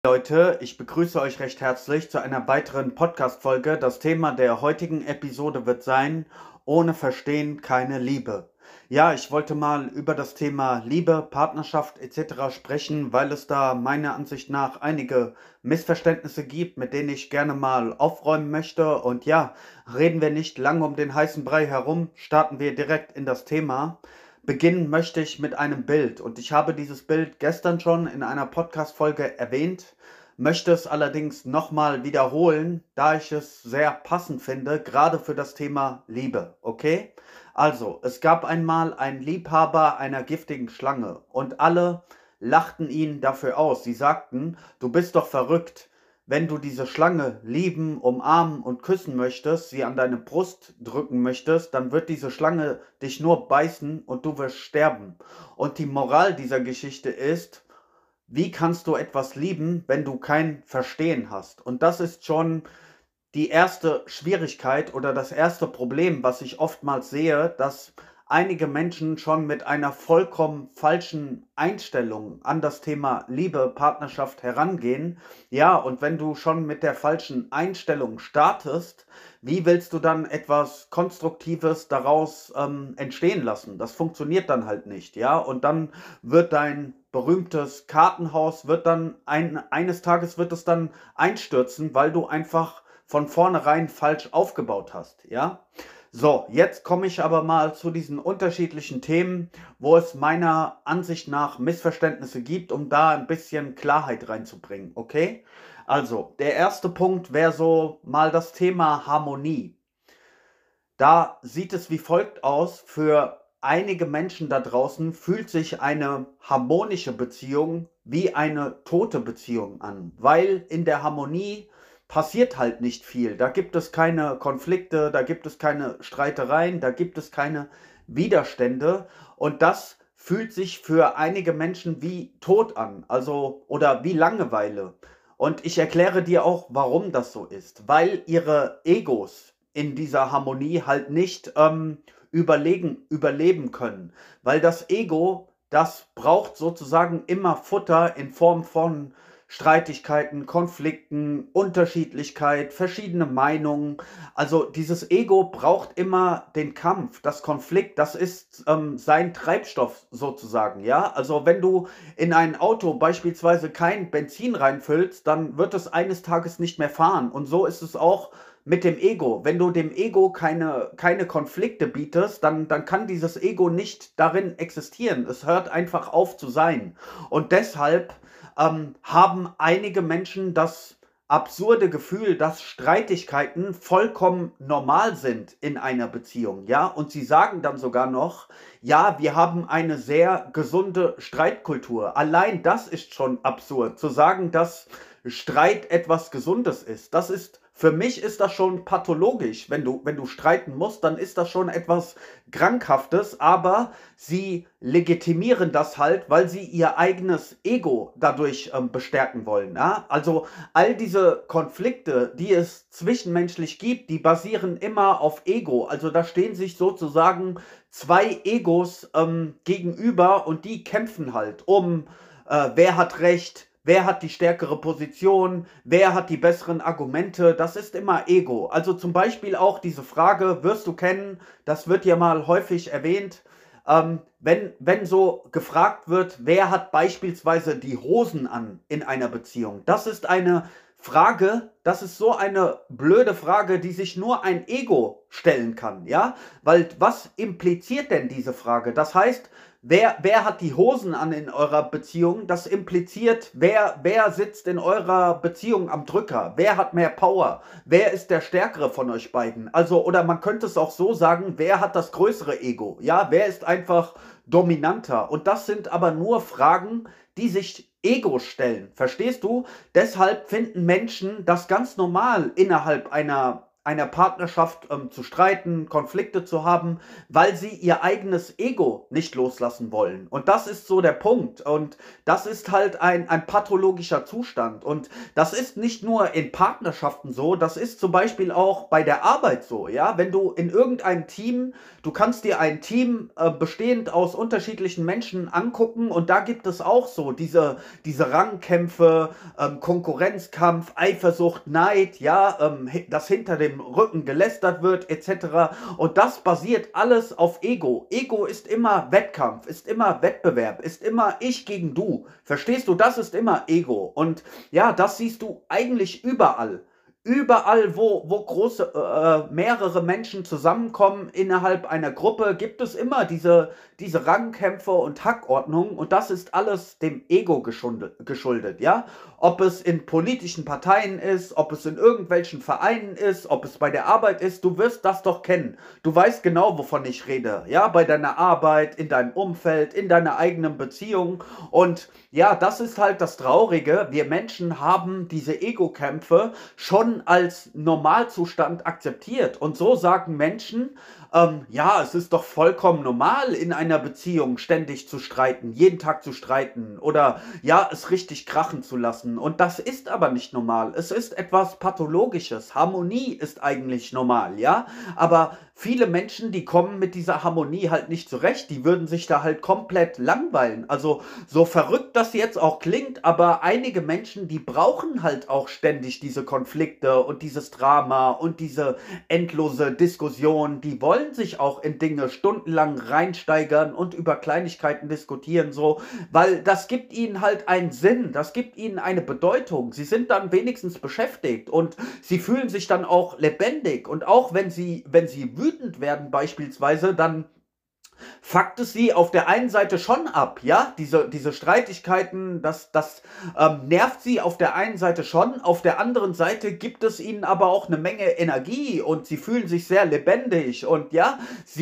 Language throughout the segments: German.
Leute, ich begrüße euch recht herzlich zu einer weiteren Podcast-Folge. Das Thema der heutigen Episode wird sein: Ohne Verstehen keine Liebe. Ja, ich wollte mal über das Thema Liebe, Partnerschaft etc. sprechen, weil es da meiner Ansicht nach einige Missverständnisse gibt, mit denen ich gerne mal aufräumen möchte. Und ja, reden wir nicht lange um den heißen Brei herum, starten wir direkt in das Thema. Beginnen möchte ich mit einem Bild, und ich habe dieses Bild gestern schon in einer Podcast-Folge erwähnt, möchte es allerdings nochmal wiederholen, da ich es sehr passend finde, gerade für das Thema Liebe, okay? Also, es gab einmal einen Liebhaber einer giftigen Schlange und alle lachten ihn dafür aus. Sie sagten: Du bist doch verrückt. Wenn du diese Schlange lieben, umarmen und küssen möchtest, sie an deine Brust drücken möchtest, dann wird diese Schlange dich nur beißen und du wirst sterben. Und die Moral dieser Geschichte ist: Wie kannst du etwas lieben, wenn du kein Verstehen hast? Und das ist schon die erste Schwierigkeit oder das erste Problem, was ich oftmals sehe, dass einige Menschen schon mit einer vollkommen falschen Einstellung an das Thema Liebe, Partnerschaft herangehen. Ja, und wenn du schon mit der falschen Einstellung startest, wie willst du dann etwas Konstruktives daraus entstehen lassen? Das funktioniert dann halt nicht, ja. Und dann wird dein berühmtes Kartenhaus, eines Tages wird es dann einstürzen, weil du einfach von vornherein falsch aufgebaut hast, ja? So, jetzt komme ich aber mal zu diesen unterschiedlichen Themen, wo es meiner Ansicht nach Missverständnisse gibt, um da ein bisschen Klarheit reinzubringen, okay? Also, der erste Punkt wäre so mal das Thema Harmonie. Da sieht es wie folgt aus: Für einige Menschen da draußen fühlt sich eine harmonische Beziehung wie eine tote Beziehung an, weil in der Harmonie passiert halt nicht viel. Da gibt es keine Konflikte, da gibt es keine Streitereien, da gibt es keine Widerstände, und das fühlt sich für einige Menschen wie Tod an, also oder wie Langeweile. Und ich erkläre dir auch, warum das so ist, weil ihre Egos in dieser Harmonie halt nicht überleben können. Weil das Ego, das braucht sozusagen immer Futter in Form von Streitigkeiten, Konflikten, Unterschiedlichkeit, verschiedene Meinungen. Also dieses Ego braucht immer den Kampf, das Konflikt, das ist sein Treibstoff sozusagen, ja. Also wenn du in ein Auto beispielsweise kein Benzin reinfüllst, dann wird es eines Tages nicht mehr fahren. Und so ist es auch mit dem Ego. Wenn du dem Ego keine Konflikte bietest, dann kann dieses Ego nicht darin existieren. Es hört einfach auf zu sein. Und deshalb haben einige Menschen das absurde Gefühl, dass Streitigkeiten vollkommen normal sind in einer Beziehung, ja? Und sie sagen dann sogar noch: Ja, wir haben eine sehr gesunde Streitkultur. Allein das ist schon absurd, zu sagen, dass Streit etwas Gesundes ist. Für mich ist das schon pathologisch. Wenn du streiten musst, dann ist das schon etwas Krankhaftes, aber sie legitimieren das halt, weil sie ihr eigenes Ego dadurch bestärken wollen. Ja? Also all diese Konflikte, die es zwischenmenschlich gibt, die basieren immer auf Ego. Also da stehen sich sozusagen zwei Egos gegenüber, und die kämpfen halt um, wer hat Recht, wer hat die stärkere Position, wer hat die besseren Argumente. Das ist immer Ego. Also zum Beispiel auch diese Frage, wirst du kennen, das wird ja mal häufig erwähnt, wenn so gefragt wird, wer hat beispielsweise die Hosen an in einer Beziehung. Das ist eine Frage, das ist so eine blöde Frage, die sich nur ein Ego stellen kann, ja? Weil was impliziert denn diese Frage? Das heißt, wer hat die Hosen an in eurer Beziehung? Das impliziert, wer sitzt in eurer Beziehung am Drücker? Wer hat mehr Power? Wer ist der Stärkere von euch beiden? Also, oder man könnte es auch so sagen, wer hat das größere Ego? Ja, wer ist einfach dominanter? Und das sind aber nur Fragen, die sich Egos stellen. Verstehst du? Deshalb finden Menschen das ganz normal innerhalb einer Partnerschaft zu streiten, Konflikte zu haben, weil sie ihr eigenes Ego nicht loslassen wollen. Und das ist so der Punkt. Und das ist halt ein pathologischer Zustand. Und das ist nicht nur in Partnerschaften so, das ist zum Beispiel auch bei der Arbeit so. Ja, wenn du in irgendeinem Team, du kannst dir ein Team bestehend aus unterschiedlichen Menschen angucken und da gibt es auch so diese Rangkämpfe, Konkurrenzkampf, Eifersucht, Neid, ja, das hinter dem Rücken gelästert wird, etc. Und das basiert alles auf Ego. Ego ist immer Wettkampf, ist immer Wettbewerb, ist immer ich gegen du. Verstehst du? Das ist immer Ego. Und ja, das siehst du eigentlich überall. Überall, wo mehrere Menschen zusammenkommen innerhalb einer Gruppe, gibt es immer diese Rangkämpfe und Hackordnungen und das ist alles dem Ego geschuldet, ja? Ob es in politischen Parteien ist, ob es in irgendwelchen Vereinen ist, ob es bei der Arbeit ist, du wirst das doch kennen. Du weißt genau, wovon ich rede, ja? Bei deiner Arbeit, in deinem Umfeld, in deiner eigenen Beziehung und ja, das ist halt das Traurige. Wir Menschen haben diese Ego-Kämpfe schon als Normalzustand akzeptiert. Und so sagen Menschen, ja, es ist doch vollkommen normal, in einer Beziehung ständig zu streiten, jeden Tag zu streiten oder ja, es richtig krachen zu lassen. Und das ist aber nicht normal. Es ist etwas Pathologisches. Harmonie ist eigentlich normal, ja? Aber viele Menschen, die kommen mit dieser Harmonie halt nicht zurecht. Die würden sich da halt komplett langweilen. Also so verrückt das jetzt auch klingt, aber einige Menschen, die brauchen halt auch ständig diese Konflikte und dieses Drama und diese endlose Diskussion. Die wollen sich auch in Dinge stundenlang reinsteigern und über Kleinigkeiten diskutieren, so, weil das gibt ihnen halt einen Sinn, das gibt ihnen eine Bedeutung. Sie sind dann wenigstens beschäftigt und sie fühlen sich dann auch lebendig und auch wenn sie wütend werden beispielsweise, dann fuckt es sie auf der einen Seite schon ab, ja, diese Streitigkeiten, das nervt sie auf der einen Seite schon, auf der anderen Seite gibt es ihnen aber auch eine Menge Energie und sie fühlen sich sehr lebendig und ja,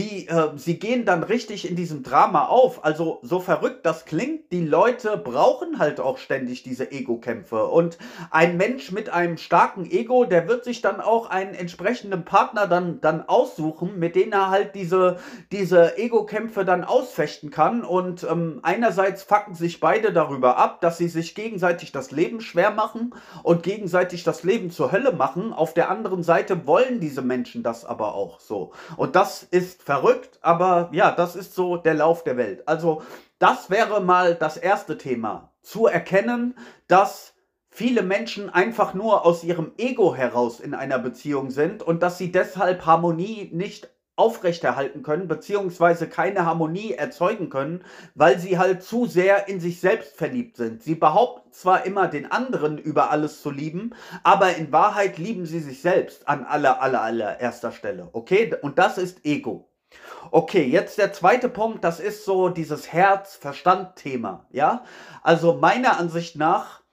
sie gehen dann richtig in diesem Drama auf, also so verrückt das klingt, die Leute brauchen halt auch ständig diese Ego-Kämpfe und ein Mensch mit einem starken Ego, der wird sich dann auch einen entsprechenden Partner dann aussuchen, mit dem er halt diese Ego-Kämpfe dann ausfechten kann und einerseits fucken sich beide darüber ab, dass sie sich gegenseitig das Leben schwer machen und gegenseitig das Leben zur Hölle machen. Auf der anderen Seite wollen diese Menschen das aber auch so. Und das ist verrückt, aber ja, das ist so der Lauf der Welt. Also das wäre mal das erste Thema. Zu erkennen, dass viele Menschen einfach nur aus ihrem Ego heraus in einer Beziehung sind und dass sie deshalb Harmonie nicht aufrechterhalten können, beziehungsweise keine Harmonie erzeugen können, weil sie halt zu sehr in sich selbst verliebt sind. Sie behaupten zwar immer, den anderen über alles zu lieben, aber in Wahrheit lieben sie sich selbst an allererster Stelle. Okay? Und das ist Ego. Okay, jetzt der zweite Punkt, das ist so dieses Herz-Verstand-Thema. Ja? Also meiner Ansicht nach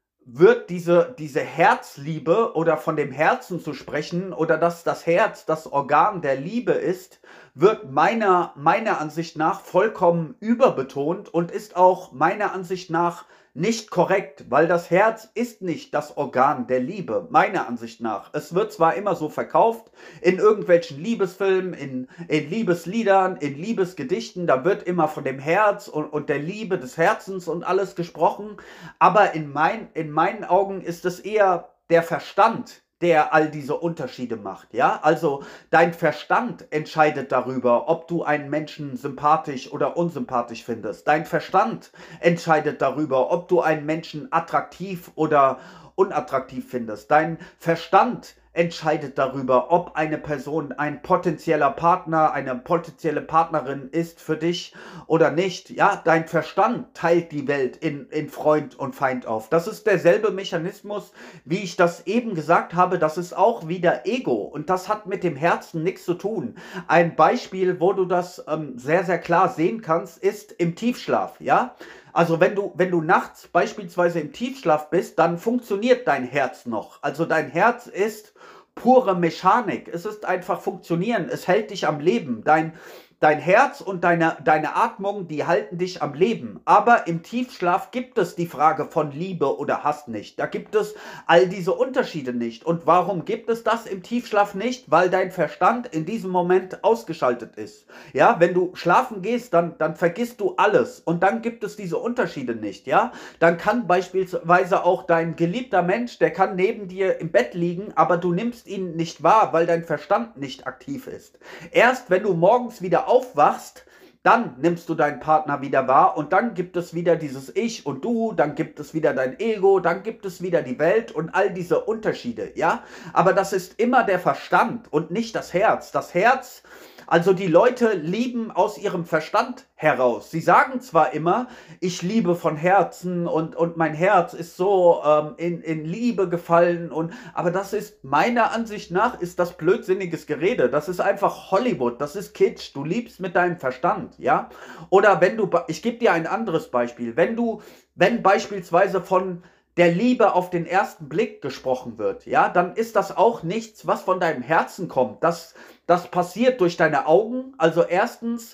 wird diese Herzliebe oder von dem Herzen zu sprechen oder dass das Herz das Organ der Liebe ist, wird meiner Ansicht nach vollkommen überbetont und ist auch meiner Ansicht nach nicht korrekt, weil das Herz ist nicht das Organ der Liebe, meiner Ansicht nach. Es wird zwar immer so verkauft, in irgendwelchen Liebesfilmen, in Liebesliedern, in Liebesgedichten, da wird immer von dem Herz und der Liebe des Herzens und alles gesprochen, aber in meinen Augen ist es eher der Verstand, der all diese Unterschiede macht, ja? Also dein Verstand entscheidet darüber, ob du einen Menschen sympathisch oder unsympathisch findest. Dein Verstand entscheidet darüber, ob du einen Menschen attraktiv oder unattraktiv findest. Dein Verstand entscheidet darüber, ob eine Person ein potenzieller Partner, eine potenzielle Partnerin ist für dich oder nicht. Ja, dein Verstand teilt die Welt in Freund und Feind auf. Das ist derselbe Mechanismus, wie ich das eben gesagt habe. Das ist auch wieder Ego und das hat mit dem Herzen nichts zu tun. Ein Beispiel, wo du das sehr, sehr klar sehen kannst, ist im Tiefschlaf. Ja, also wenn du nachts beispielsweise im Tiefschlaf bist, dann funktioniert dein Herz noch. Also dein Herz ist pure Mechanik. Es ist einfach funktionieren. Es hält dich am Leben. dein Herz und deine Atmung, die halten dich am Leben. Aber im Tiefschlaf gibt es die Frage von Liebe oder Hass nicht. Da gibt es all diese Unterschiede nicht. Und warum gibt es das im Tiefschlaf nicht? Weil dein Verstand in diesem Moment ausgeschaltet ist. Ja, wenn du schlafen gehst, dann vergisst du alles. Und dann gibt es diese Unterschiede nicht. Ja, dann kann beispielsweise auch dein geliebter Mensch, der kann neben dir im Bett liegen, aber du nimmst ihn nicht wahr, weil dein Verstand nicht aktiv ist. Erst wenn du morgens wieder aufwachst, dann nimmst du deinen Partner wieder wahr und dann gibt es wieder dieses Ich und Du, dann gibt es wieder dein Ego, dann gibt es wieder die Welt und all diese Unterschiede, ja? Aber das ist immer der Verstand und nicht das Herz. Das Herz, also die Leute lieben aus ihrem Verstand heraus. Sie sagen zwar immer, ich liebe von Herzen und mein Herz ist so in Liebe gefallen, aber das ist meiner Ansicht nach ist das blödsinniges Gerede. Das ist einfach Hollywood, das ist Kitsch. Du liebst mit deinem Verstand, ja? Oder ich gebe dir ein anderes Beispiel, wenn beispielsweise von der Liebe auf den ersten Blick gesprochen wird, ja, dann ist das auch nichts, was von deinem Herzen kommt. Das passiert durch deine Augen. Also erstens,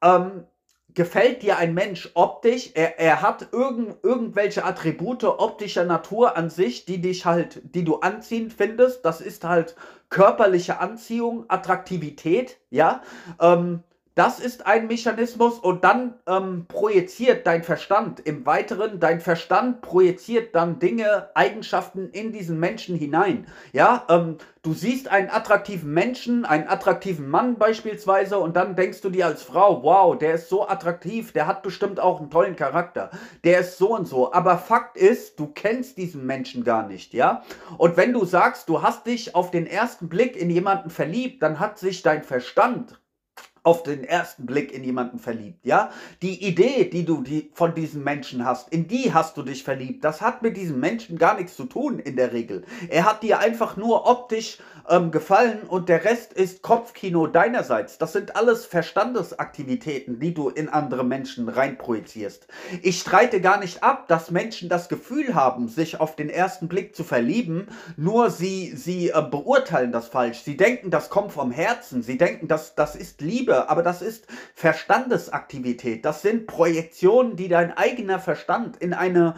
gefällt dir ein Mensch optisch, er hat irgendwelche Attribute optischer Natur an sich, die du anziehend findest. Das ist halt körperliche Anziehung, Attraktivität, ja. Das ist ein Mechanismus und dann projiziert dein Verstand im Weiteren, dein Verstand projiziert dann Dinge, Eigenschaften in diesen Menschen hinein. Ja, du siehst einen attraktiven Menschen, einen attraktiven Mann beispielsweise und dann denkst du dir als Frau, wow, der ist so attraktiv, der hat bestimmt auch einen tollen Charakter, der ist so und so. Aber Fakt ist, du kennst diesen Menschen gar nicht, ja? Und wenn du sagst, du hast dich auf den ersten Blick in jemanden verliebt, dann hat sich dein Verstand auf den ersten Blick in jemanden verliebt, ja? Die Idee, die du von diesem Menschen hast, in die hast du dich verliebt. Das hat mit diesem Menschen gar nichts zu tun in der Regel. Er hat dir einfach nur optisch gefallen und der Rest ist Kopfkino deinerseits. Das sind alles Verstandesaktivitäten, die du in andere Menschen reinprojizierst. Ich streite gar nicht ab, dass Menschen das Gefühl haben, sich auf den ersten Blick zu verlieben, nur sie beurteilen das falsch. Sie denken, das kommt vom Herzen. Sie denken, das ist Liebe, aber das ist Verstandesaktivität. Das sind Projektionen, die dein eigener Verstand in eine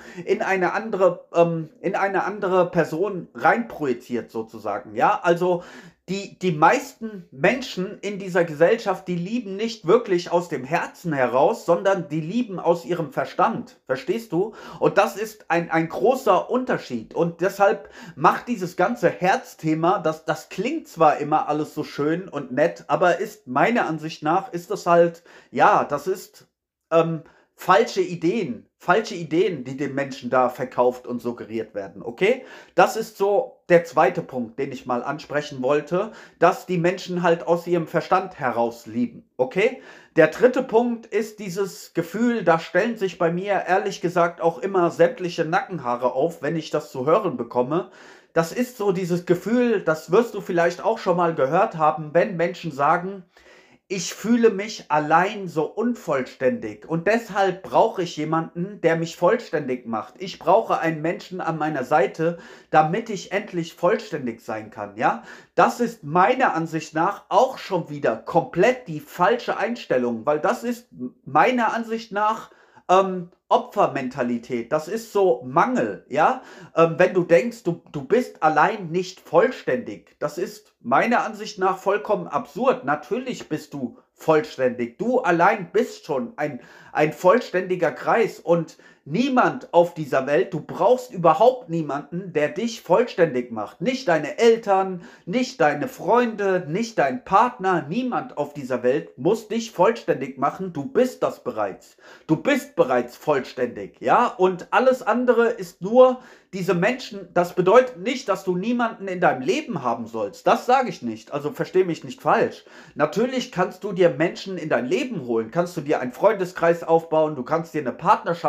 andere Person reinprojiziert sozusagen. Ja, also die meisten Menschen in dieser Gesellschaft, die lieben nicht wirklich aus dem Herzen heraus, sondern die lieben aus ihrem Verstand. Verstehst du? Und das ist ein großer Unterschied. Und deshalb macht dieses ganze Herzthema, das klingt zwar immer alles so schön und nett, aber ist meiner Ansicht nach, ist das halt, ja, das ist falsche Ideen, die den Menschen da verkauft und suggeriert werden, okay? Das ist so der zweite Punkt, den ich mal ansprechen wollte, dass die Menschen halt aus ihrem Verstand heraus lieben, okay? Der dritte Punkt ist dieses Gefühl, da stellen sich bei mir ehrlich gesagt auch immer sämtliche Nackenhaare auf, wenn ich das zu hören bekomme. Das ist so dieses Gefühl, das wirst du vielleicht auch schon mal gehört haben, wenn Menschen sagen, ich fühle mich allein so unvollständig und deshalb brauche ich jemanden, der mich vollständig macht. Ich brauche einen Menschen an meiner Seite, damit ich endlich vollständig sein kann, ja? Das ist meiner Ansicht nach auch schon wieder komplett die falsche Einstellung, weil das ist meiner Ansicht nach Opfermentalität, das ist so Mangel, ja? Wenn du denkst, du bist allein nicht vollständig, das ist meiner Ansicht nach vollkommen absurd. Natürlich bist du vollständig. Du allein bist schon ein vollständiger Kreis und niemand auf dieser Welt, du brauchst überhaupt niemanden, der dich vollständig macht. Nicht deine Eltern, nicht deine Freunde, nicht dein Partner, niemand auf dieser Welt muss dich vollständig machen. Du bist das bereits. Du bist bereits vollständig, ja? Und alles andere ist nur diese Menschen, das bedeutet nicht, dass du niemanden in deinem Leben haben sollst. Das sage ich nicht. Also versteh mich nicht falsch. Natürlich kannst du dir Menschen in dein Leben holen, kannst du dir einen Freundeskreis aufbauen, du kannst dir eine Partnerschaft aufbauen,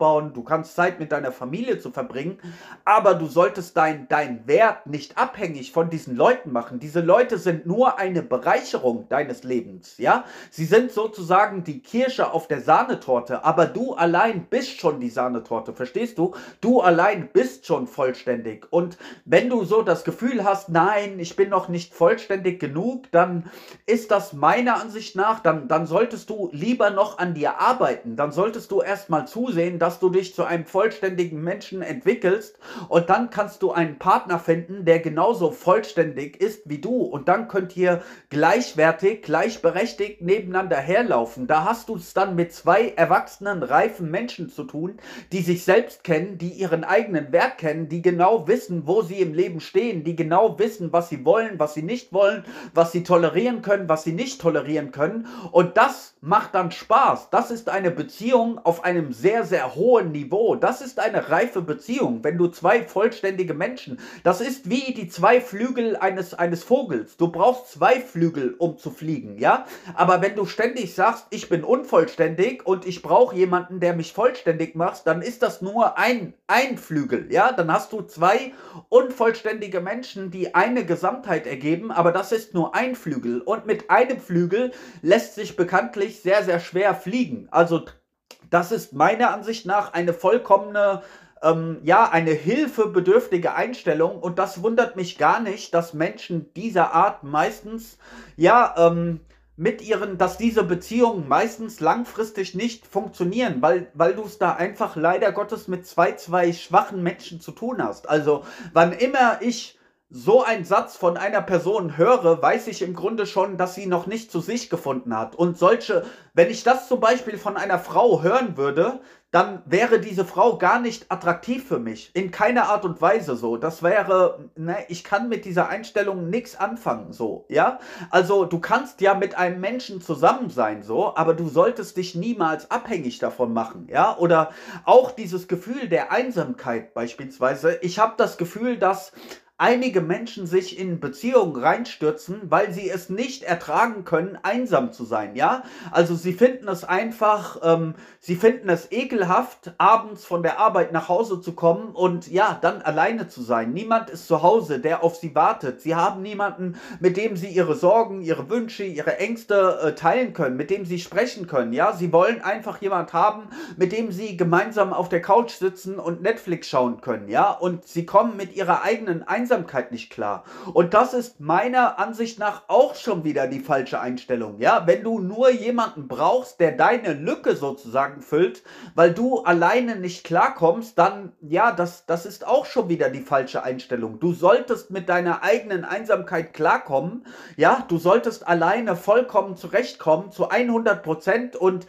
aufbauen, du kannst Zeit mit deiner Familie zu verbringen, aber du solltest dein Wert nicht abhängig von diesen Leuten machen. Diese Leute sind nur eine Bereicherung deines Lebens, ja? Sie sind sozusagen die Kirsche auf der Sahnetorte, aber du allein bist schon die Sahnetorte, verstehst du? Du allein bist schon vollständig. Und wenn du so das Gefühl hast, nein, ich bin noch nicht vollständig genug, dann ist das meiner Ansicht nach, dann solltest du lieber noch an dir arbeiten. Dann solltest du erstmal zusehen, dass du dich zu einem vollständigen Menschen entwickelst und dann kannst du einen Partner finden, der genauso vollständig ist wie du und dann könnt ihr gleichwertig, gleichberechtigt nebeneinander herlaufen. Da hast du es dann mit zwei erwachsenen, reifen Menschen zu tun, die sich selbst kennen, die ihren eigenen Wert kennen, die genau wissen, wo sie im Leben stehen, die genau wissen, was sie wollen, was sie nicht wollen, was sie tolerieren können, was sie nicht tolerieren können. Und das macht dann Spaß. Das ist eine Beziehung auf einem sehr, sehr hohen Niveau. Das ist eine reife Beziehung, wenn du zwei vollständige Menschen, das ist wie die zwei Flügel eines Vogels. Du brauchst zwei Flügel, um zu fliegen, ja? Aber wenn du ständig sagst, ich bin unvollständig und ich brauche jemanden, der mich vollständig macht, dann ist das nur ein Flügel, ja? Dann hast du zwei unvollständige Menschen, die eine Gesamtheit ergeben, aber das ist nur ein Flügel. Und mit einem Flügel lässt sich bekanntlich sehr, sehr schwer fliegen. Also das ist meiner Ansicht nach eine vollkommene, ja, eine hilfebedürftige Einstellung und das wundert mich gar nicht, dass Menschen dieser Art meistens, ja, dass diese Beziehungen meistens langfristig nicht funktionieren, weil du es da einfach leider Gottes mit zwei schwachen Menschen zu tun hast. Also, wann immer ich so einen Satz von einer Person höre, weiß ich im Grunde schon, dass sie noch nicht zu sich gefunden hat. Und wenn ich das zum Beispiel von einer Frau hören würde, dann wäre diese Frau gar nicht attraktiv für mich. In keiner Art und Weise so. Das wäre, ne, ich kann mit dieser Einstellung nichts anfangen, so, ja? Also, du kannst ja mit einem Menschen zusammen sein, so, aber du solltest dich niemals abhängig davon machen, ja? Oder auch dieses Gefühl der Einsamkeit beispielsweise. Ich habe das Gefühl, dass einige Menschen sich in Beziehungen reinstürzen, weil sie es nicht ertragen können, einsam zu sein, ja? Also sie finden es einfach, sie finden es ekelhaft, abends von der Arbeit nach Hause zu kommen und ja, dann alleine zu sein. Niemand ist zu Hause, der auf sie wartet. Sie haben niemanden, mit dem sie ihre Sorgen, ihre Wünsche, ihre Ängste teilen können, mit dem sie sprechen können, ja? Sie wollen einfach jemand haben, mit dem sie gemeinsam auf der Couch sitzen und Netflix schauen können, ja? Und sie kommen mit ihrer eigenen Einsamkeit nicht klar. Und das ist meiner Ansicht nach auch schon wieder die falsche Einstellung. Ja, wenn du nur jemanden brauchst, der deine Lücke sozusagen füllt, weil du alleine nicht klarkommst, dann, ja, das ist auch schon wieder die falsche Einstellung. Du solltest mit deiner eigenen Einsamkeit klarkommen. Ja, du solltest alleine vollkommen zurechtkommen, zu 100% und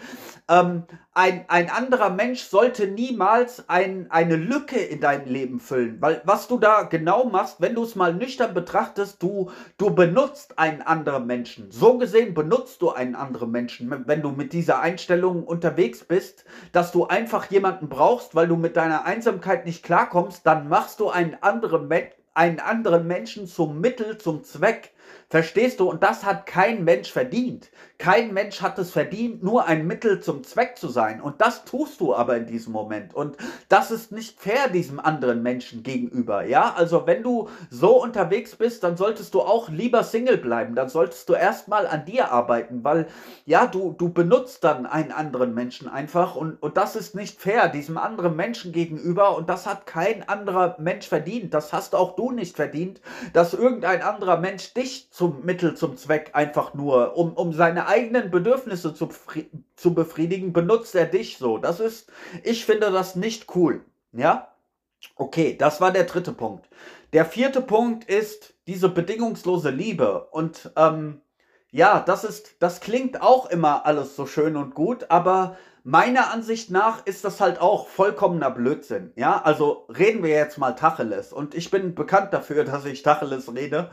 ein anderer Mensch sollte niemals eine Lücke in deinem Leben füllen, weil was du da genau machst, wenn du es mal nüchtern betrachtest, du benutzt einen anderen Menschen. So gesehen benutzt du einen anderen Menschen, wenn du mit dieser Einstellung unterwegs bist, dass du einfach jemanden brauchst, weil du mit deiner Einsamkeit nicht klarkommst, dann machst du einen anderen Menschen zum Mittel, zum Zweck. Verstehst du? Und das hat kein Mensch verdient. Kein Mensch hat es verdient, nur ein Mittel zum Zweck zu sein. Und das tust du aber in diesem Moment. Und das ist nicht fair diesem anderen Menschen gegenüber. Ja, also wenn du so unterwegs bist, dann solltest du auch lieber Single bleiben. Dann solltest du erstmal an dir arbeiten, weil ja, du benutzt dann einen anderen Menschen einfach. Und das ist nicht fair diesem anderen Menschen gegenüber. Und das hat kein anderer Mensch verdient. Das hast auch du nicht verdient, dass irgendein anderer Mensch dich zum Mittel, zum Zweck einfach nur, um seine eigenen Bedürfnisse zu befriedigen, benutzt er dich so. Ich finde das nicht cool. Ja? Okay, das war der dritte Punkt. Der vierte Punkt ist diese bedingungslose Liebe. Und ja, das klingt auch immer alles so schön und gut, aber meiner Ansicht nach ist das halt auch vollkommener Blödsinn. Ja, also reden wir jetzt mal Tacheles. Und ich bin bekannt dafür, dass ich Tacheles rede.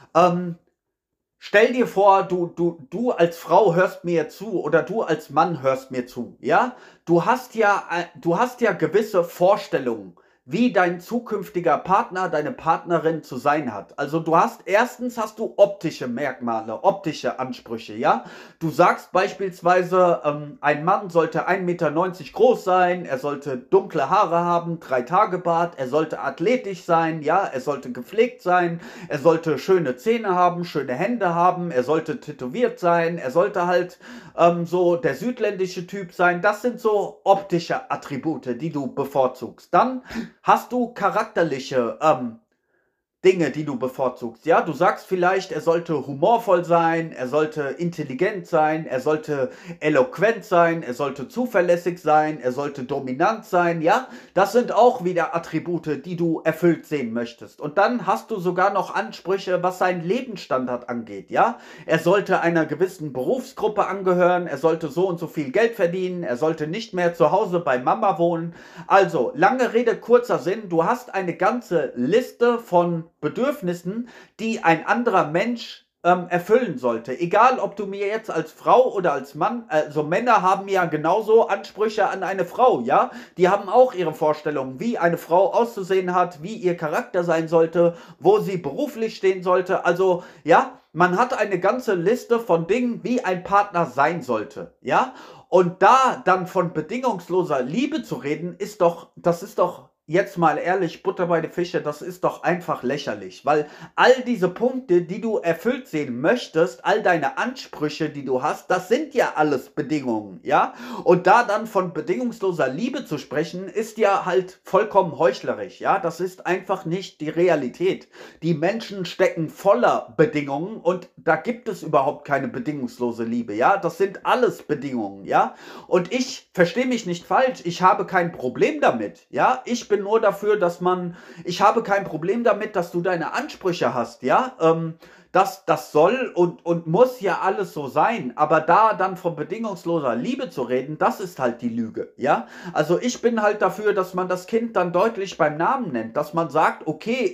Stell dir vor, du als Frau hörst mir zu oder du als Mann hörst mir zu, ja? Du hast ja gewisse Vorstellungen, wie dein zukünftiger Partner, deine Partnerin zu sein hat. Also erstens hast du optische Merkmale, optische Ansprüche, ja. Du sagst beispielsweise, ein Mann sollte 1,90 Meter groß sein, er sollte dunkle Haare haben, 3-Tage-Bart, er sollte athletisch sein, ja, er sollte gepflegt sein, er sollte schöne Zähne haben, schöne Hände haben, er sollte tätowiert sein, er sollte halt so der südländische Typ sein. Das sind so optische Attribute, die du bevorzugst. Dann hast du charakterliche Dinge, die du bevorzugst. Ja, du sagst vielleicht, er sollte humorvoll sein, er sollte intelligent sein, er sollte eloquent sein, er sollte zuverlässig sein, er sollte dominant sein. Ja, das sind auch wieder Attribute, die du erfüllt sehen möchtest. Und dann hast du sogar noch Ansprüche, was seinen Lebensstandard angeht. Ja, er sollte einer gewissen Berufsgruppe angehören, er sollte so und so viel Geld verdienen, er sollte nicht mehr zu Hause bei Mama wohnen. Also, lange Rede, kurzer Sinn, du hast eine ganze Liste von Bedürfnissen, die ein anderer Mensch erfüllen sollte. Egal, ob du mir jetzt als Frau oder als Mann, also Männer haben ja genauso Ansprüche an eine Frau, ja? Die haben auch ihre Vorstellungen, wie eine Frau auszusehen hat, wie ihr Charakter sein sollte, wo sie beruflich stehen sollte. Also, ja, man hat eine ganze Liste von Dingen, wie ein Partner sein sollte, ja? Und da dann von bedingungsloser Liebe zu reden, das ist doch jetzt mal ehrlich, Butter bei den Fische, das ist doch einfach lächerlich, weil all diese Punkte, die du erfüllt sehen möchtest, all deine Ansprüche, die du hast, das sind ja alles Bedingungen, ja? Und da dann von bedingungsloser Liebe zu sprechen, ist ja halt vollkommen heuchlerisch, ja? Das ist einfach nicht die Realität. Die Menschen stecken voller Bedingungen und da gibt es überhaupt keine bedingungslose Liebe, ja? Das sind alles Bedingungen, ja? Und ich verstehe mich nicht falsch, ich habe kein Problem damit, ja? Ich bin nur dafür, ich habe kein Problem damit, dass du deine Ansprüche hast, ja? Das soll und muss ja alles so sein, aber da dann von bedingungsloser Liebe zu reden, das ist halt die Lüge, ja? Also ich bin halt dafür, dass man das Kind dann deutlich beim Namen nennt, dass man sagt, okay,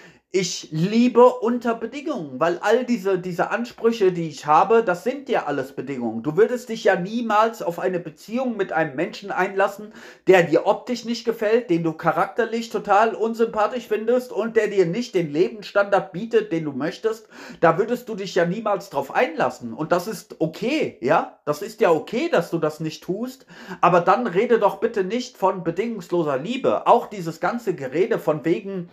ich liebe unter Bedingungen, weil all diese Ansprüche, die ich habe, das sind ja alles Bedingungen. Du würdest dich ja niemals auf eine Beziehung mit einem Menschen einlassen, der dir optisch nicht gefällt, den du charakterlich total unsympathisch findest und der dir nicht den Lebensstandard bietet, den du möchtest. Da würdest du dich ja niemals drauf einlassen. Und das ist okay, ja? Das ist ja okay, dass du das nicht tust. Aber dann rede doch bitte nicht von bedingungsloser Liebe. Auch dieses ganze Gerede von wegen,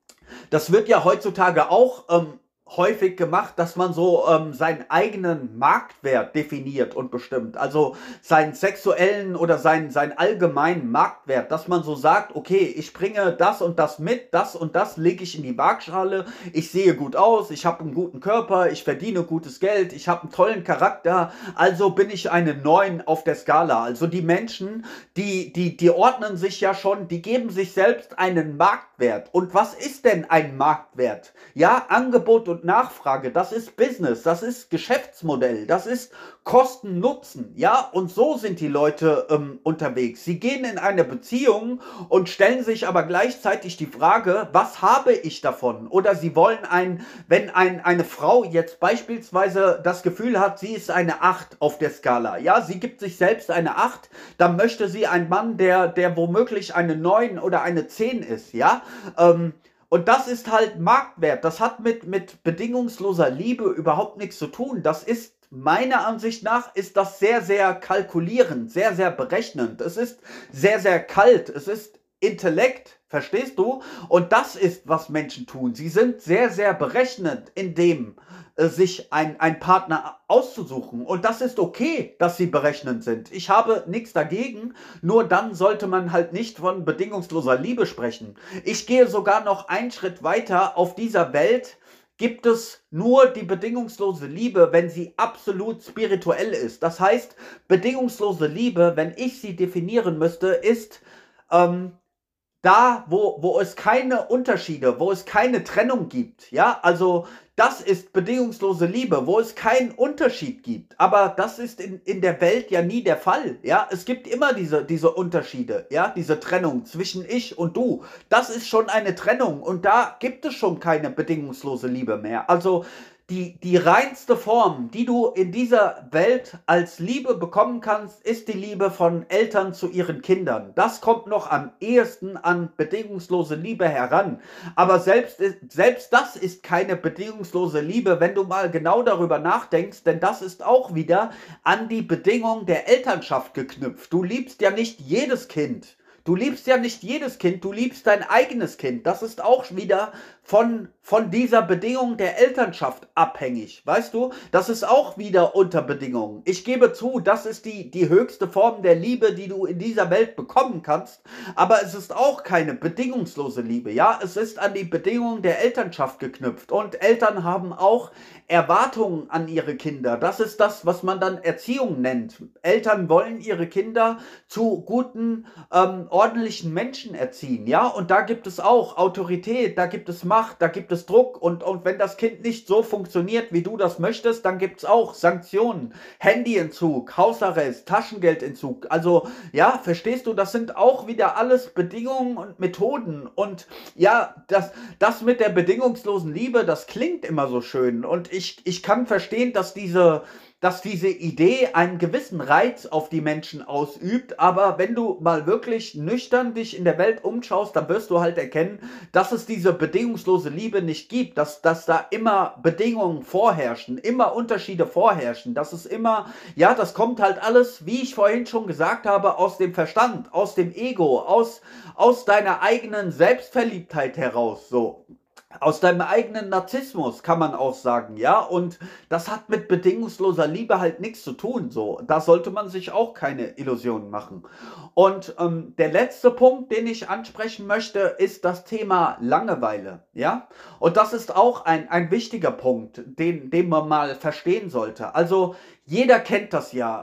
das wird ja heutzutage auch häufig gemacht, dass man so seinen eigenen Marktwert definiert und bestimmt. Also seinen sexuellen oder seinen allgemeinen Marktwert, dass man so sagt, okay, ich bringe das und das mit, das und das lege ich in die Waagschale, ich sehe gut aus, ich habe einen guten Körper, ich verdiene gutes Geld, ich habe einen tollen Charakter, also bin ich eine 9 auf der Skala. Also die Menschen, die ordnen sich ja schon, die geben sich selbst einen Marktwert. Und was ist denn ein Marktwert? Ja, Angebot und Nachfrage, das ist Business, das ist Geschäftsmodell, das ist Kosten-Nutzen, ja, und so sind die Leute unterwegs. Sie gehen in eine Beziehung und stellen sich aber gleichzeitig die Frage, was habe ich davon? Oder sie wollen wenn eine Frau jetzt beispielsweise das Gefühl hat, sie ist eine 8 auf der Skala, ja, sie gibt sich selbst eine 8, dann möchte sie einen Mann, der womöglich eine 9 oder eine 10 ist, ja, und das ist halt Marktwert. Das hat mit bedingungsloser Liebe überhaupt nichts zu tun. Das ist, meiner Ansicht nach, ist das sehr, sehr kalkulierend, sehr, sehr berechnend. Es ist sehr, sehr kalt. Es ist Intellekt, verstehst du? Und das ist, was Menschen tun. Sie sind sehr, sehr berechnend in dem, sich einen Partner auszusuchen. Und das ist okay, dass sie berechnend sind. Ich habe nichts dagegen, nur dann sollte man halt nicht von bedingungsloser Liebe sprechen. Ich gehe sogar noch einen Schritt weiter. Auf dieser Welt gibt es nur die bedingungslose Liebe, wenn sie absolut spirituell ist. Das heißt, bedingungslose Liebe, wenn ich sie definieren müsste, ist da, wo es keine Unterschiede, wo es keine Trennung gibt, ja, also Das ist bedingungslose Liebe, wo es keinen Unterschied gibt. Aber das ist in der Welt ja nie der Fall. Ja, es gibt immer diese Unterschiede, ja, diese Trennung zwischen ich und du. Das ist schon eine Trennung und da gibt es schon keine bedingungslose Liebe mehr. Also die reinste Form, die du in dieser Welt als Liebe bekommen kannst, ist die Liebe von Eltern zu ihren Kindern. Das kommt noch am ehesten an bedingungslose Liebe heran. Aber selbst das ist keine bedingungslose Liebe, wenn du mal genau darüber nachdenkst, denn das ist auch wieder an die Bedingung der Elternschaft geknüpft. Du liebst ja nicht jedes Kind. Du liebst ja nicht jedes Kind, du liebst dein eigenes Kind. Das ist auch wieder von dieser Bedingung der Elternschaft abhängig. Weißt du, das ist auch wieder unter Bedingungen. Ich gebe zu, das ist die höchste Form der Liebe, die du in dieser Welt bekommen kannst. Aber es ist auch keine bedingungslose Liebe. Ja, es ist an die Bedingungen der Elternschaft geknüpft. Und Eltern haben auch Erwartungen an ihre Kinder. Das ist das, was man dann Erziehung nennt. Eltern wollen ihre Kinder zu guten, ordentlichen Menschen erziehen. Ja, und da gibt es auch Autorität, da gibt es Macht, da gibt es Druck. Und wenn das Kind nicht so funktioniert, wie du das möchtest, dann gibt es auch Sanktionen, Handyentzug, Hausarrest, Taschengeldentzug. Also, ja, verstehst du, das sind auch wieder alles Bedingungen und Methoden. Und ja, das mit der bedingungslosen Liebe, das klingt immer so schön. Und ich kann verstehen, dass diese Idee einen gewissen Reiz auf die Menschen ausübt, aber wenn du mal wirklich nüchtern dich in der Welt umschaust, dann wirst du halt erkennen, dass es diese bedingungslose Liebe nicht gibt, dass da immer Bedingungen vorherrschen, immer Unterschiede vorherrschen, dass es immer, ja, das kommt halt alles, wie ich vorhin schon gesagt habe, aus dem Verstand, aus dem Ego, aus deiner eigenen Selbstverliebtheit heraus, so. Aus deinem eigenen Narzissmus kann man auch sagen, ja, und das hat mit bedingungsloser Liebe halt nichts zu tun, so. Da sollte man sich auch keine Illusionen machen. Und der letzte Punkt, den ich ansprechen möchte, ist das Thema Langeweile, ja. Und das ist auch ein wichtiger Punkt, den man mal verstehen sollte. Also jeder kennt das ja.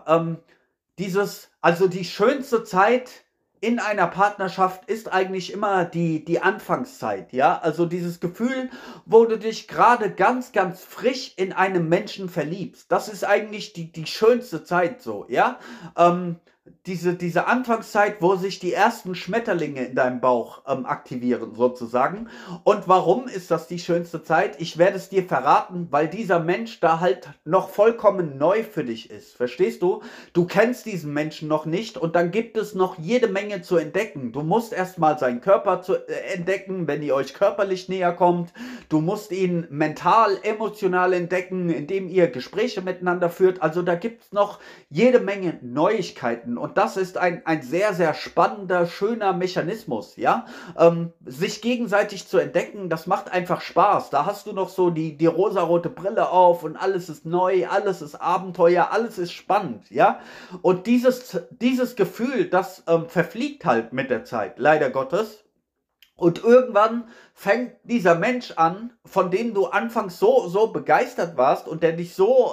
Also die schönste Zeit in einer Partnerschaft ist eigentlich immer die Anfangszeit, ja? Also dieses Gefühl, wo du dich gerade ganz, ganz frisch in einen Menschen verliebst. Das ist eigentlich die schönste Zeit so, ja? Diese Anfangszeit, wo sich die ersten Schmetterlinge in deinem Bauch aktivieren, sozusagen. Und warum ist das die schönste Zeit? Ich werde es dir verraten, weil dieser Mensch da halt noch vollkommen neu für dich ist. Verstehst du? Du kennst diesen Menschen noch nicht und dann gibt es noch jede Menge zu entdecken. Du musst erstmal seinen Körper entdecken, wenn ihr euch körperlich näher kommt. Du musst ihn mental, emotional entdecken, indem ihr Gespräche miteinander führt. Also da gibt es noch jede Menge Neuigkeiten. Und das ist ein sehr, sehr spannender, schöner Mechanismus, ja. Sich gegenseitig zu entdecken, das macht einfach Spaß. Da hast du noch so die rosarote Brille auf und alles ist neu, alles ist Abenteuer, alles ist spannend, ja. Und dieses Gefühl, das verfliegt halt mit der Zeit, leider Gottes. Und irgendwann fängt dieser Mensch an, von dem du anfangs so begeistert warst und der dich so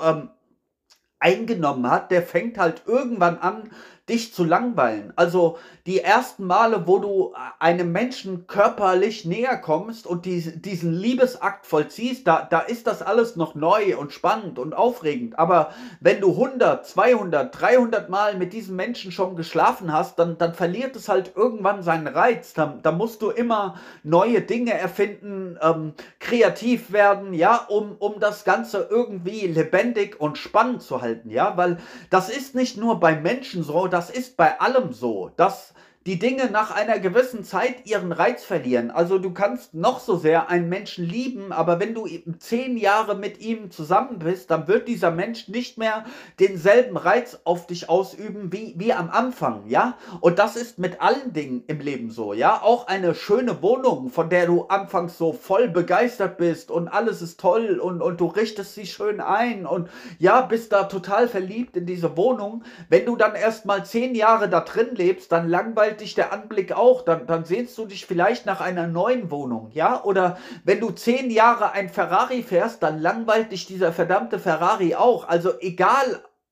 eingenommen hat, der fängt halt irgendwann an, dich zu langweilen. Also die ersten Male, wo du einem Menschen körperlich näher kommst und diesen Liebesakt vollziehst, da ist das alles noch neu und spannend und aufregend. Aber wenn du 100, 200, 300 Mal mit diesem Menschen schon geschlafen hast, dann verliert es halt irgendwann seinen Reiz. Da musst du immer neue Dinge erfinden, kreativ werden, ja, um das Ganze irgendwie lebendig und spannend zu halten, ja, weil das ist nicht nur bei Menschen so, das ist bei allem so, dass die Dinge nach einer gewissen Zeit ihren Reiz verlieren. Also du kannst noch so sehr einen Menschen lieben, aber wenn du 10 Jahre mit ihm zusammen bist, dann wird dieser Mensch nicht mehr denselben Reiz auf dich ausüben wie am Anfang, ja? Und das ist mit allen Dingen im Leben so, ja? Auch eine schöne Wohnung, von der du anfangs so voll begeistert bist und alles ist toll und du richtest sie schön ein und ja, bist da total verliebt in diese Wohnung. Wenn du dann erst mal 10 Jahre da drin lebst, dann langweilt dich der Anblick auch, dann sehnst du dich vielleicht nach einer neuen Wohnung, ja? Oder wenn du 10 Jahre ein Ferrari fährst, dann langweilt dich dieser verdammte Ferrari auch. Also egal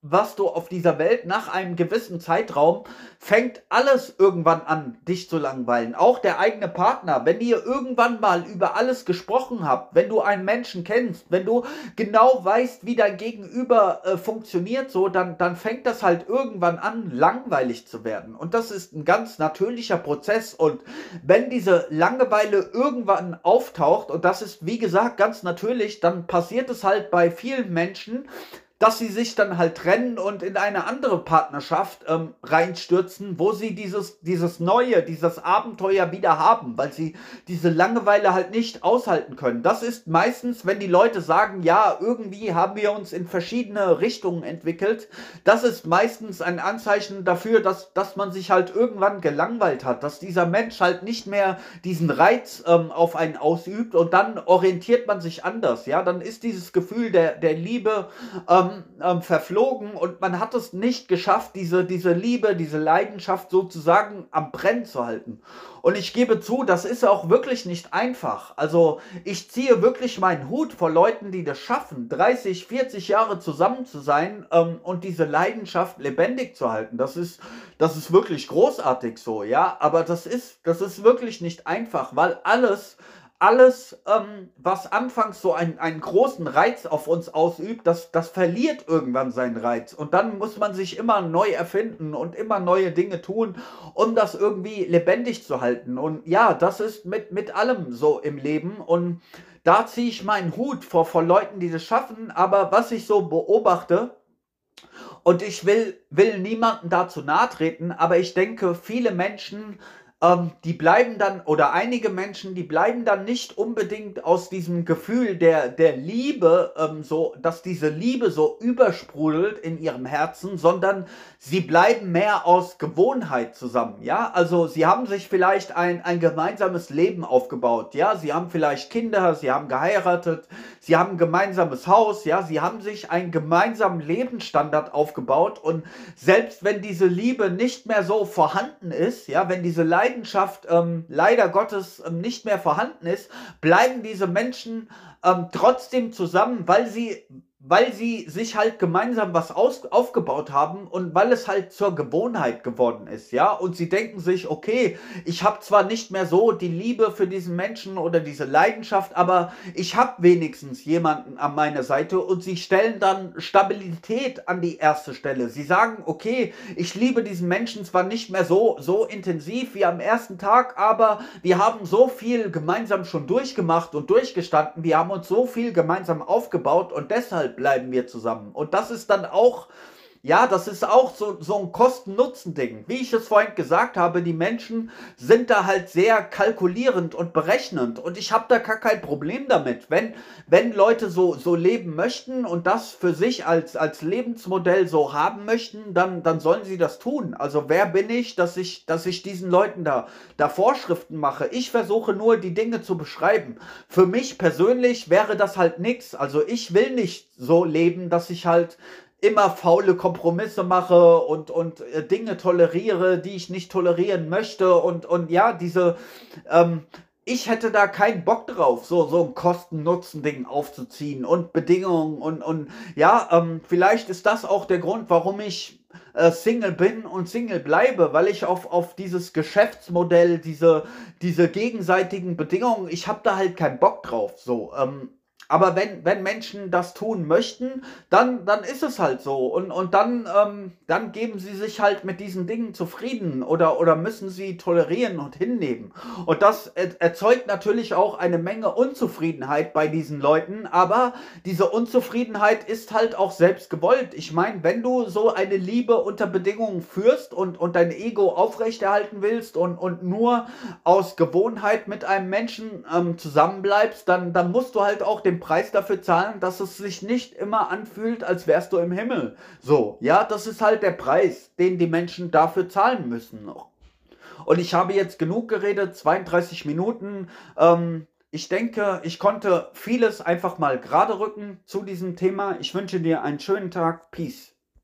was du auf dieser Welt, nach einem gewissen Zeitraum fängt alles irgendwann an, dich zu langweilen. Auch der eigene Partner, wenn ihr irgendwann mal über alles gesprochen habt, wenn du einen Menschen kennst, wenn du genau weißt, wie dein Gegenüber funktioniert, so, dann fängt das halt irgendwann an, langweilig zu werden. Und das ist ein ganz natürlicher Prozess. Und wenn diese Langeweile irgendwann auftaucht, und das ist, wie gesagt, ganz natürlich, dann passiert es halt bei vielen Menschen, dass sie sich dann halt trennen und in eine andere Partnerschaft reinstürzen, wo sie dieses Neue, dieses Abenteuer wieder haben, weil sie diese Langeweile halt nicht aushalten können. Das ist meistens, wenn die Leute sagen, ja, irgendwie haben wir uns in verschiedene Richtungen entwickelt, das ist meistens ein Anzeichen dafür, dass man sich halt irgendwann gelangweilt hat, dass dieser Mensch halt nicht mehr diesen Reiz auf einen ausübt, und dann orientiert man sich anders, ja, dann ist dieses Gefühl der Liebe verflogen, und man hat es nicht geschafft, diese Liebe, diese Leidenschaft sozusagen am Brennen zu halten. Und ich gebe zu, das ist auch wirklich nicht einfach. Also ich ziehe wirklich meinen Hut vor Leuten, die das schaffen, 30, 40 Jahre zusammen zu sein und diese Leidenschaft lebendig zu halten. Das ist wirklich großartig so, ja. Aber das ist wirklich nicht einfach, weil alles, was anfangs so einen großen Reiz auf uns ausübt, das verliert irgendwann seinen Reiz. Und dann muss man sich immer neu erfinden und immer neue Dinge tun, um das irgendwie lebendig zu halten. Und ja, das ist mit allem so im Leben. Und da ziehe ich meinen Hut vor Leuten, die das schaffen. Aber was ich so beobachte, und ich will niemandem dazu nahe treten, aber ich denke, viele Menschen, die bleiben dann, oder einige Menschen, die bleiben dann nicht unbedingt aus diesem Gefühl der Liebe, so, dass diese Liebe so übersprudelt in ihrem Herzen, sondern sie bleiben mehr aus Gewohnheit zusammen, ja. Also sie haben sich vielleicht ein gemeinsames Leben aufgebaut, ja. Sie haben vielleicht Kinder, sie haben geheiratet, sie haben ein gemeinsames Haus, ja. Sie haben sich einen gemeinsamen Lebensstandard aufgebaut, und selbst wenn diese Liebe nicht mehr so vorhanden ist, ja, wenn diese Leidenschaft leider Gottes nicht mehr vorhanden ist, bleiben diese Menschen trotzdem zusammen, weil sie sich halt gemeinsam was aufgebaut haben, und weil es halt zur Gewohnheit geworden ist, ja. Und sie denken sich, okay, ich habe zwar nicht mehr so die Liebe für diesen Menschen oder diese Leidenschaft, aber ich habe wenigstens jemanden an meiner Seite, und sie stellen dann Stabilität an die erste Stelle. Sie sagen, okay, ich liebe diesen Menschen zwar nicht mehr so intensiv wie am ersten Tag, aber wir haben so viel gemeinsam schon durchgemacht und durchgestanden, wir haben uns so viel gemeinsam aufgebaut, und deshalb bleiben wir zusammen. Und das ist dann auch, ja, das ist auch so ein Kosten-Nutzen-Ding. Wie ich es vorhin gesagt habe, die Menschen sind da halt sehr kalkulierend und berechnend, und ich habe da gar kein Problem damit. Wenn Leute so leben möchten und das für sich als Lebensmodell so haben möchten, dann sollen sie das tun. Also wer bin ich, dass ich diesen Leuten da Vorschriften mache? Ich versuche nur, die Dinge zu beschreiben. Für mich persönlich wäre das halt nix. Also ich will nicht so leben, dass ich halt immer faule Kompromisse mache und Dinge toleriere, die ich nicht tolerieren möchte, und ja, ich hätte da keinen Bock drauf, so ein Kosten-Nutzen-Ding aufzuziehen und Bedingungen, und ja, vielleicht ist das auch der Grund, warum ich Single bin und Single bleibe, weil ich auf dieses Geschäftsmodell, diese gegenseitigen Bedingungen, ich habe da halt keinen Bock drauf, so, aber wenn Menschen das tun möchten, dann ist es halt so. Und dann geben sie sich halt mit diesen Dingen zufrieden, oder müssen sie tolerieren und hinnehmen. Und das erzeugt natürlich auch eine Menge Unzufriedenheit bei diesen Leuten, aber diese Unzufriedenheit ist halt auch selbst gewollt. Ich meine, wenn du so eine Liebe unter Bedingungen führst und dein Ego aufrechterhalten willst und nur aus Gewohnheit mit einem Menschen zusammenbleibst, dann musst du halt auch den Preis dafür zahlen, dass es sich nicht immer anfühlt, als wärst du im Himmel. So, ja, das ist halt der Preis, den die Menschen dafür zahlen müssen. Und ich habe jetzt genug geredet, 32 Minuten. Ich denke, ich konnte vieles einfach mal gerade rücken zu diesem Thema. Ich wünsche dir einen schönen Tag. Peace.